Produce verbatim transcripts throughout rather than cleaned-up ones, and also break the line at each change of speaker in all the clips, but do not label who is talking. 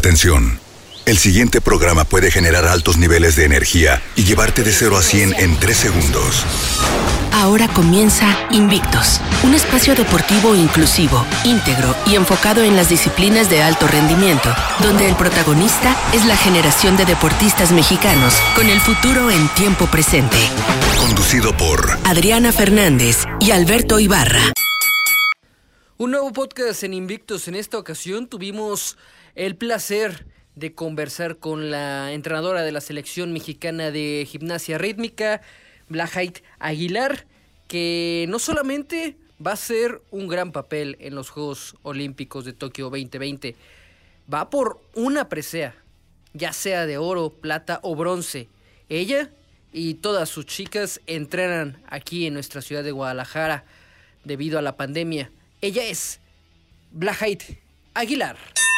Atención. El siguiente programa puede generar altos niveles de energía y llevarte de cero a cien en tres segundos.
Ahora comienza Invictos, un espacio deportivo inclusivo, íntegro y enfocado en las disciplinas de alto rendimiento, donde el protagonista es la generación de deportistas mexicanos con el futuro en tiempo presente.
Conducido por
Adriana Fernández y Alberto Ibarra.
Un nuevo podcast en Invictos. En esta ocasión tuvimos el placer de conversar con la entrenadora de la selección mexicana de gimnasia rítmica, Blahait Aguilar, que no solamente va a ser un gran papel en los Juegos Olímpicos de Tokio veinte veinte, va por una presea, ya sea de oro, plata o bronce. Ella y todas sus chicas entrenan aquí en nuestra ciudad de Guadalajara debido a la pandemia. Ella es Blahait Aguilar.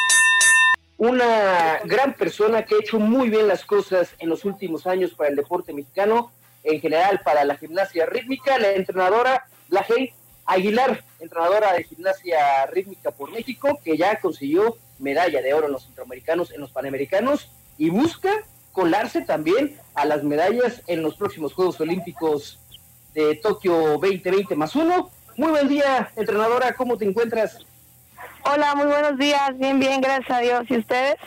Una gran persona que ha hecho muy bien las cosas en los últimos años para el deporte mexicano, en general para la gimnasia rítmica, la entrenadora Blahait Aguilar, entrenadora de gimnasia rítmica por México, que ya consiguió medalla de oro en los centroamericanos, en los panamericanos, y busca colarse también a las medallas en los próximos Juegos Olímpicos de Tokio veinte veinte más uno. Muy buen día, entrenadora, ¿cómo te encuentras?
Hola, muy buenos días, bien, bien, gracias a Dios. ¿Y ustedes?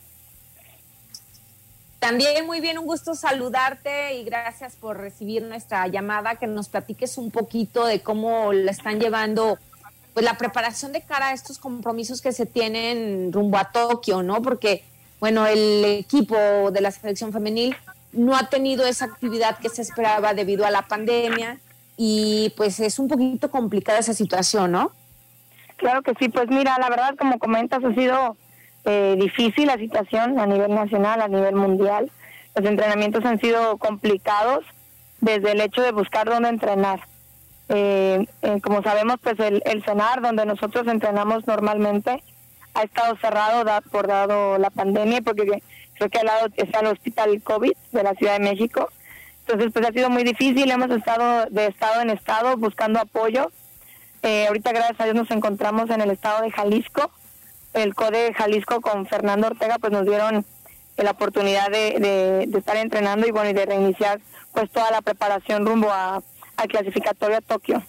También muy bien, un gusto saludarte y gracias por recibir nuestra llamada, que nos platiques un poquito de cómo la están llevando, pues la preparación de cara a estos compromisos que se tienen rumbo a Tokio, ¿no? Porque, bueno, el equipo de la selección femenil no ha tenido esa actividad que se esperaba debido a la pandemia y pues es un poquito complicada esa situación, ¿no?
Claro que sí, pues mira, la verdad, como comentas, ha sido eh, difícil la situación a nivel nacional, a nivel mundial. Los entrenamientos han sido complicados desde el hecho de buscar dónde entrenar. Eh, eh, como sabemos, pues el, el CENAR, donde nosotros entrenamos normalmente, ha estado cerrado da, por dado la pandemia, porque creo que al lado está el Hospital COVID de la Ciudad de México. Entonces, pues ha sido muy difícil, hemos estado de estado en estado buscando apoyo. Eh, ahorita, gracias a Dios, nos encontramos en el estado de Jalisco. El C O D E de Jalisco con Fernando Ortega, pues nos dieron la oportunidad de, de, de estar entrenando y bueno, y de reiniciar pues toda la preparación rumbo a, al clasificatorio a Tokio.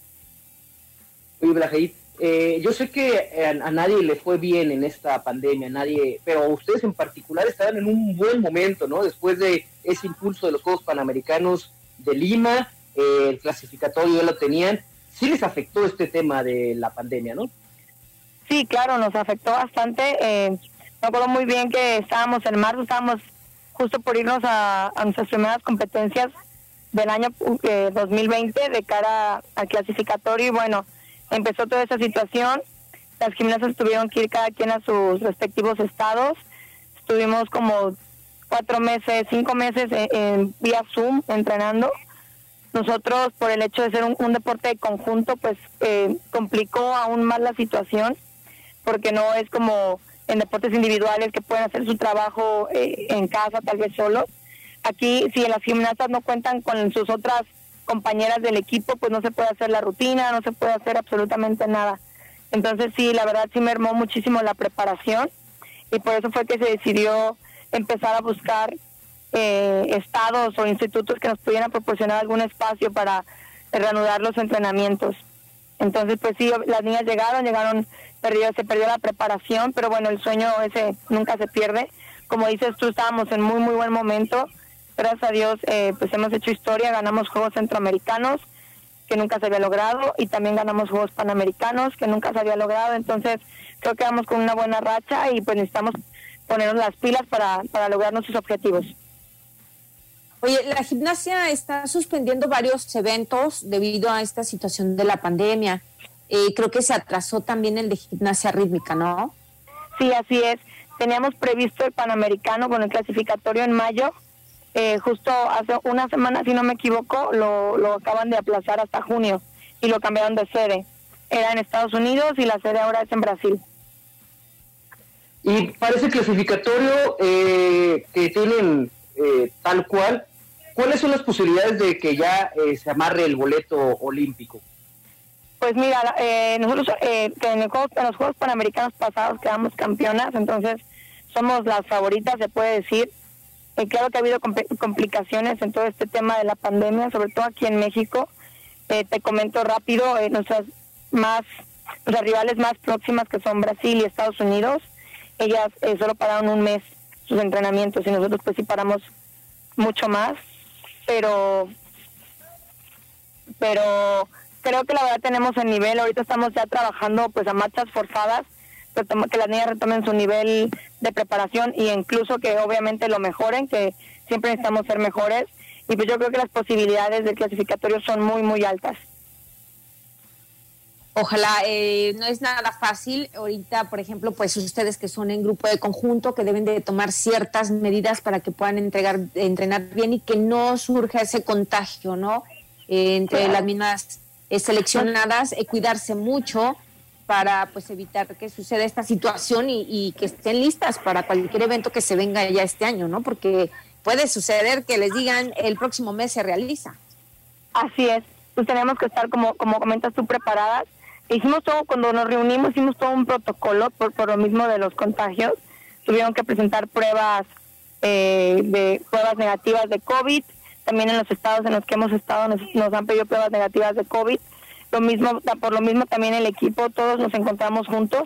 Oye, Blahait, eh, yo sé que a, a nadie le fue bien en esta pandemia, nadie, pero ustedes en particular estaban en un buen momento, ¿no? Después de ese impulso de los Juegos Panamericanos de Lima, eh, el clasificatorio ya lo tenían. Sí les afectó este tema de la pandemia, ¿no?
Sí, claro, nos afectó bastante. Eh, me acuerdo muy bien que estábamos en marzo, estábamos justo por irnos a, a nuestras primeras competencias del año eh, dos mil veinte de cara al clasificatorio y bueno, empezó toda esa situación. Las gimnasias tuvieron que ir cada quien a sus respectivos estados. Estuvimos como cuatro meses, cinco meses en, en vía Zoom entrenando. Nosotros, por el hecho de ser un, un deporte de conjunto, pues eh, complicó aún más la situación, porque no es como en deportes individuales que pueden hacer su trabajo eh, en casa, tal vez solos. Aquí, si las gimnastas no cuentan con sus otras compañeras del equipo, pues no se puede hacer la rutina, no se puede hacer absolutamente nada. Entonces sí, la verdad sí mermó muchísimo la preparación y por eso fue que se decidió empezar a buscar Eh, estados o institutos que nos pudieran proporcionar algún espacio para reanudar los entrenamientos. Entonces, pues sí, las niñas llegaron, llegaron, perdió, se perdió la preparación, pero bueno, el sueño ese nunca se pierde. Como dices tú, estábamos en muy, muy buen momento. Gracias a Dios, eh, pues hemos hecho historia, ganamos Juegos Centroamericanos, que nunca se había logrado, y también ganamos Juegos Panamericanos, que nunca se había logrado. Entonces, creo que vamos con una buena racha y pues necesitamos ponernos las pilas para, para lograr nuestros objetivos.
Oye, la gimnasia está suspendiendo varios eventos debido a esta situación de la pandemia. Eh, creo que se atrasó también el de gimnasia rítmica, ¿no?
Sí, así es. Teníamos previsto el Panamericano con el clasificatorio en mayo. Eh, justo hace una semana, si no me equivoco, lo, lo acaban de aplazar hasta junio y lo cambiaron de sede. Era en Estados Unidos y la sede ahora es en Brasil.
Y para ese clasificatorio eh, que tienen eh, tal cual, ¿cuáles son las posibilidades de que ya eh, se amarre el boleto olímpico?
Pues mira, eh, nosotros eh, en, el juego, en los Juegos Panamericanos pasados quedamos campeonas, entonces somos las favoritas, se puede decir. Eh, claro que ha habido compl- complicaciones en todo este tema de la pandemia, sobre todo aquí en México. Eh, te comento rápido, eh, nuestras más, nuestras rivales más próximas, que son Brasil y Estados Unidos, ellas eh, solo pararon un mes sus entrenamientos y nosotros pues sí paramos mucho más, pero pero creo que la verdad tenemos el nivel. Ahorita estamos ya trabajando pues a marchas forzadas, que las niñas retomen su nivel de preparación y incluso que obviamente lo mejoren, que siempre necesitamos ser mejores, y pues yo creo que las posibilidades del clasificatorio son muy muy altas.
Ojalá, eh, no es nada fácil. Ahorita, por ejemplo, pues ustedes que son en grupo de conjunto, que deben de tomar ciertas medidas para que puedan entregar, entrenar bien y que no surja ese contagio, ¿no? Eh, entre las mismas eh, seleccionadas, eh, cuidarse mucho para pues evitar que suceda esta situación y, y que estén listas para cualquier evento que se venga ya este año, ¿no? Porque puede suceder que les digan el próximo mes se realiza.
Así es, pues tenemos que estar, como como comentas tú, preparadas. Hicimos todo, cuando nos reunimos, hicimos todo un protocolo por, por lo mismo de los contagios. Tuvieron que presentar pruebas eh, de pruebas negativas de COVID. También en los estados en los que hemos estado nos, nos han pedido pruebas negativas de COVID. Lo mismo, por lo mismo también el equipo, todos nos encontramos juntos.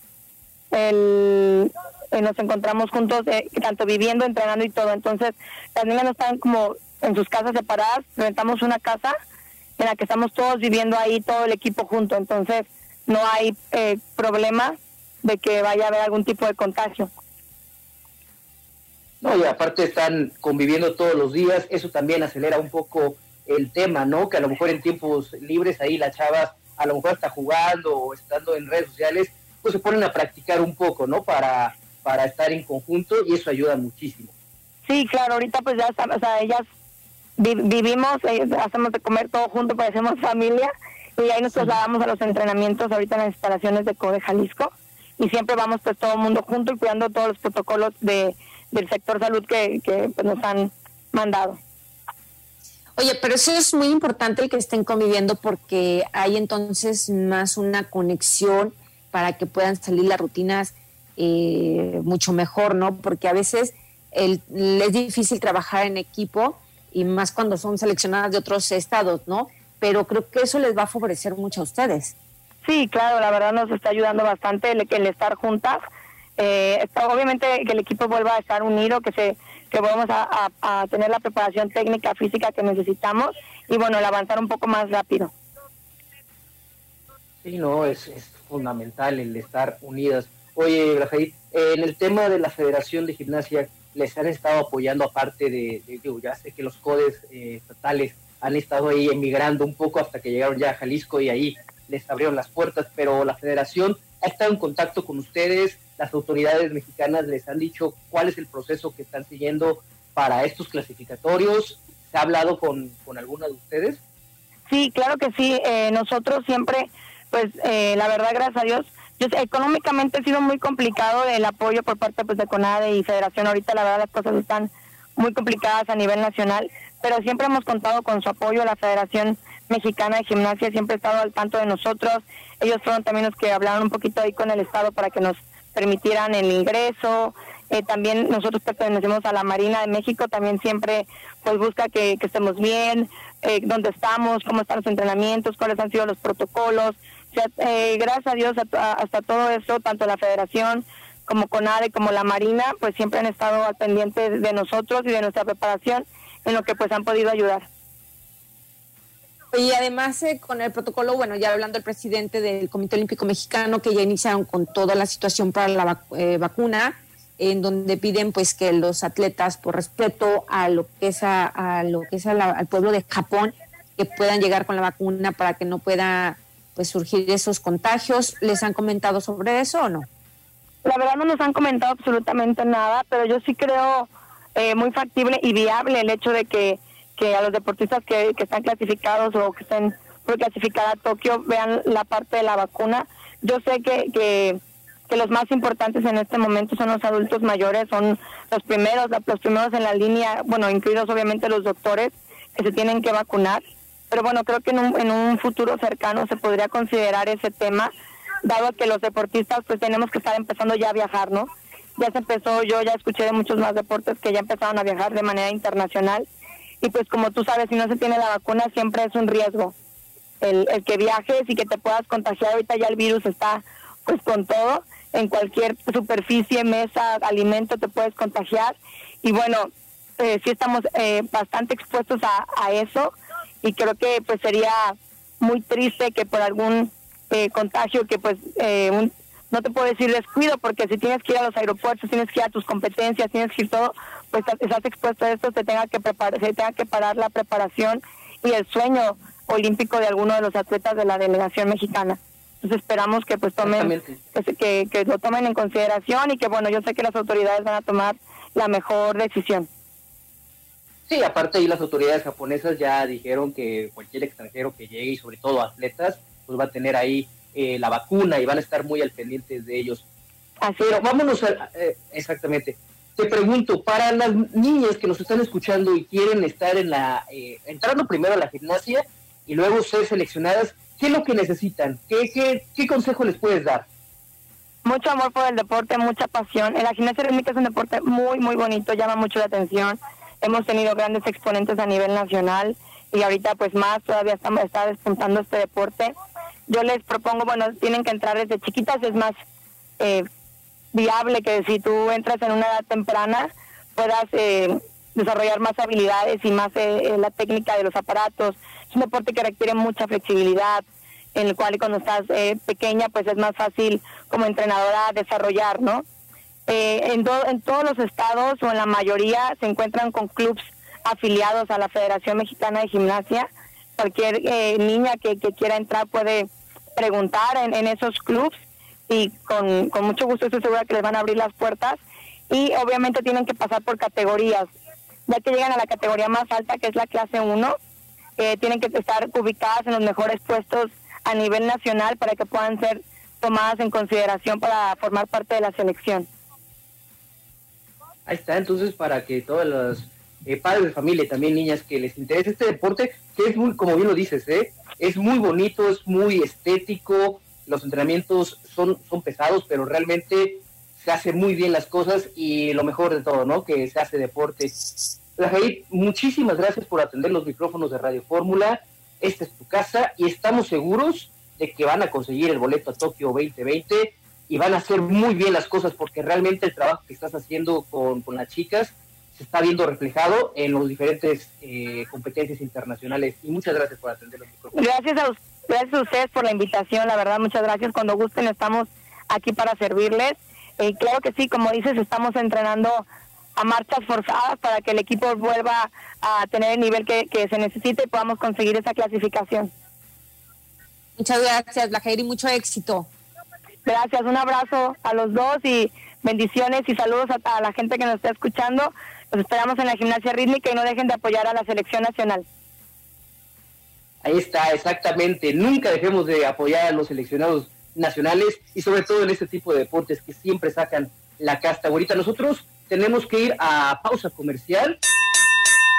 El, eh, nos encontramos juntos, eh, tanto viviendo, entrenando y todo. Entonces, las niñas no están como en sus casas separadas. Rentamos una casa en la que estamos todos viviendo ahí, todo el equipo junto. Entonces, no hay eh, problema de que vaya a haber algún tipo de contagio.
No, y aparte están conviviendo todos los días, eso también acelera un poco el tema, ¿no? Que a lo mejor en tiempos libres ahí las chavas a lo mejor está jugando o estando en redes sociales, pues se ponen a practicar un poco, ¿no? Para, para estar en conjunto, y eso ayuda muchísimo.
Sí, claro, ahorita pues ya estamos, o sea, ellas vi- vivimos, eh, hacemos de comer todo junto, parecemos familia, y ahí nos trasladamos a los entrenamientos ahorita en las instalaciones de CODE Jalisco, y siempre vamos pues todo el mundo junto y cuidando todos los protocolos de del sector salud que, que pues, nos han mandado.
Oye, pero eso es muy importante, el que estén conviviendo, porque hay entonces más una conexión para que puedan salir las rutinas eh, mucho mejor, ¿no? Porque a veces el, es difícil trabajar en equipo, y más cuando son seleccionadas de otros estados, ¿no? Pero creo que eso les va a favorecer mucho a ustedes.
Sí, claro, la verdad nos está ayudando bastante el, el estar juntas. Eh, está, obviamente que el equipo vuelva a estar unido, que se que volvamos a, a, a tener la preparación técnica, física que necesitamos, y bueno, el avanzar un poco más rápido.
Sí, no, es, es fundamental el estar unidas. Oye, Rafael, eh, en el tema de la Federación de Gimnasia, ¿les han estado apoyando aparte de, de digo, ya sé que los codes eh, estatales han estado ahí emigrando un poco hasta que llegaron ya a Jalisco y ahí les abrieron las puertas, pero la Federación ha estado en contacto con ustedes? Las autoridades mexicanas les han dicho cuál es el proceso que están siguiendo para estos clasificatorios. ¿Se ha hablado con, con alguna de ustedes?
Sí, claro que sí. Eh, nosotros siempre, pues eh, la verdad, gracias a Dios, yo, económicamente ha sido muy complicado el apoyo por parte pues, de CONADE y Federación. Ahorita la verdad las cosas están muy complicadas a nivel nacional, pero siempre hemos contado con su apoyo. La Federación Mexicana de Gimnasia siempre ha estado al tanto de nosotros. Ellos fueron también los que hablaron un poquito ahí con el Estado para que nos permitieran el ingreso. Eh, también nosotros pertenecemos a la Marina de México, también siempre pues busca que, que estemos bien, eh, dónde estamos, cómo están los entrenamientos, cuáles han sido los protocolos. O sea, eh, gracias a Dios, a, a, hasta todo eso, tanto la Federación como CONADE como la Marina, pues siempre han estado al pendiente de nosotros y de nuestra preparación, en lo que pues han podido ayudar.
Y además eh, con el protocolo, bueno, ya hablando el presidente del Comité Olímpico Mexicano, que ya iniciaron con toda la situación para la vac- eh, vacuna, en donde piden pues que los atletas, por respeto a lo que es a, a lo que es a la, al pueblo de Japón, que puedan llegar con la vacuna para que no pueda pues surgir esos contagios. ¿Les han comentado sobre eso o no?
La verdad no nos han comentado absolutamente nada, pero yo sí creo eh, muy factible y viable el hecho de que que a los deportistas que, que están clasificados o que estén por clasificar a Tokio vean la parte de la vacuna. Yo sé que, que, que los más importantes en este momento son los adultos mayores, son los primeros, los primeros en la línea, bueno, incluidos obviamente los doctores que se tienen que vacunar, pero bueno, creo que en un, en un futuro cercano se podría considerar ese tema, dado que los deportistas pues tenemos que estar empezando ya a viajar, ¿no? ya se empezó, yo ya escuché de muchos más deportes que ya empezaron a viajar de manera internacional, y pues como tú sabes, si no se tiene la vacuna siempre es un riesgo el, el que viajes y que te puedas contagiar. Ahorita ya el virus está pues con todo, en cualquier superficie, mesa, alimento te puedes contagiar, y bueno, eh, sí estamos eh, bastante expuestos a, a eso, y creo que pues sería muy triste que por algún eh, contagio que pues eh, un, no te puedo decir descuido, porque si tienes que ir a los aeropuertos, tienes que ir a tus competencias, tienes que ir todo, pues estás expuesto a esto, se tenga que preparar, se tenga que parar la preparación y el sueño olímpico de alguno de los atletas de la delegación mexicana. Entonces esperamos que pues tomen, que, que, que lo tomen en consideración, y que bueno, yo sé que las autoridades van a tomar la mejor decisión.
Sí, aparte ahí las autoridades japonesas ya dijeron que cualquier extranjero que llegue, y sobre todo atletas, pues va a tener ahí eh, la vacuna y van a estar muy al pendiente de ellos.
Así
Pero
es.
vámonos a, eh, exactamente. Te pregunto, para las niñas que nos están escuchando y quieren estar en la, eh, entrando primero a la gimnasia y luego ser seleccionadas, ¿qué es lo que necesitan? ¿Qué, qué, qué consejo les puedes dar?
Mucho amor por el deporte, mucha pasión. La gimnasia rítmica es un deporte muy, muy bonito, llama mucho la atención. Hemos tenido grandes exponentes a nivel nacional, y ahorita pues más todavía estamos, está despuntando este deporte. Yo les propongo, bueno, tienen que entrar desde chiquitas, es más eh, viable que si tú entras en una edad temprana puedas eh, desarrollar más habilidades y más eh, la técnica de los aparatos. Es un deporte que requiere mucha flexibilidad, en el cual cuando estás eh, pequeña pues es más fácil como entrenadora desarrollar, ¿no? Eh, en, do, en todos los estados o en la mayoría se encuentran con clubs afiliados a la Federación Mexicana de Gimnasia. Cualquier eh, niña que, que quiera entrar puede preguntar en, en esos clubs, y con, con mucho gusto estoy segura que les van a abrir las puertas, y obviamente tienen que pasar por categorías. Ya que llegan a la categoría más alta, que es la clase uno, eh, tienen que estar ubicadas en los mejores puestos a nivel nacional para que puedan ser tomadas en consideración para formar parte de la selección.
Ahí está, entonces, para que todas las eh, padres de familia y también niñas que les interese este deporte, que es muy, como bien lo dices, ¿eh? es muy bonito, es muy estético, los entrenamientos son, son pesados, pero realmente se hace muy bien las cosas, y lo mejor de todo, ¿no? Que se hace deporte. Lajair, muchísimas gracias por atender los micrófonos de Radio Fórmula. Esta es tu casa, y estamos seguros de que van a conseguir el boleto a Tokio veinte veinte y van a hacer muy bien las cosas, porque realmente el trabajo que estás haciendo con, con las chicas se está viendo reflejado en los diferentes eh, competencias internacionales. Y muchas gracias por atender los micrófonos.
Gracias a, gracias a ustedes por la invitación, la verdad, muchas gracias. Cuando gusten estamos aquí para servirles. Eh, claro que sí, como dices, estamos entrenando a marchas forzadas para que el equipo vuelva a tener el nivel que, que se necesite y podamos conseguir esa clasificación.
Muchas gracias, Lajair, y mucho éxito.
Gracias, un abrazo a los dos y bendiciones y saludos a, a la gente que nos está escuchando. Los esperamos en la gimnasia rítmica, y no dejen de apoyar a la selección nacional.
Ahí está, exactamente. Nunca dejemos de apoyar a los seleccionados nacionales, y sobre todo en este tipo de deportes que siempre sacan la casta. Ahorita nosotros tenemos que ir a pausa comercial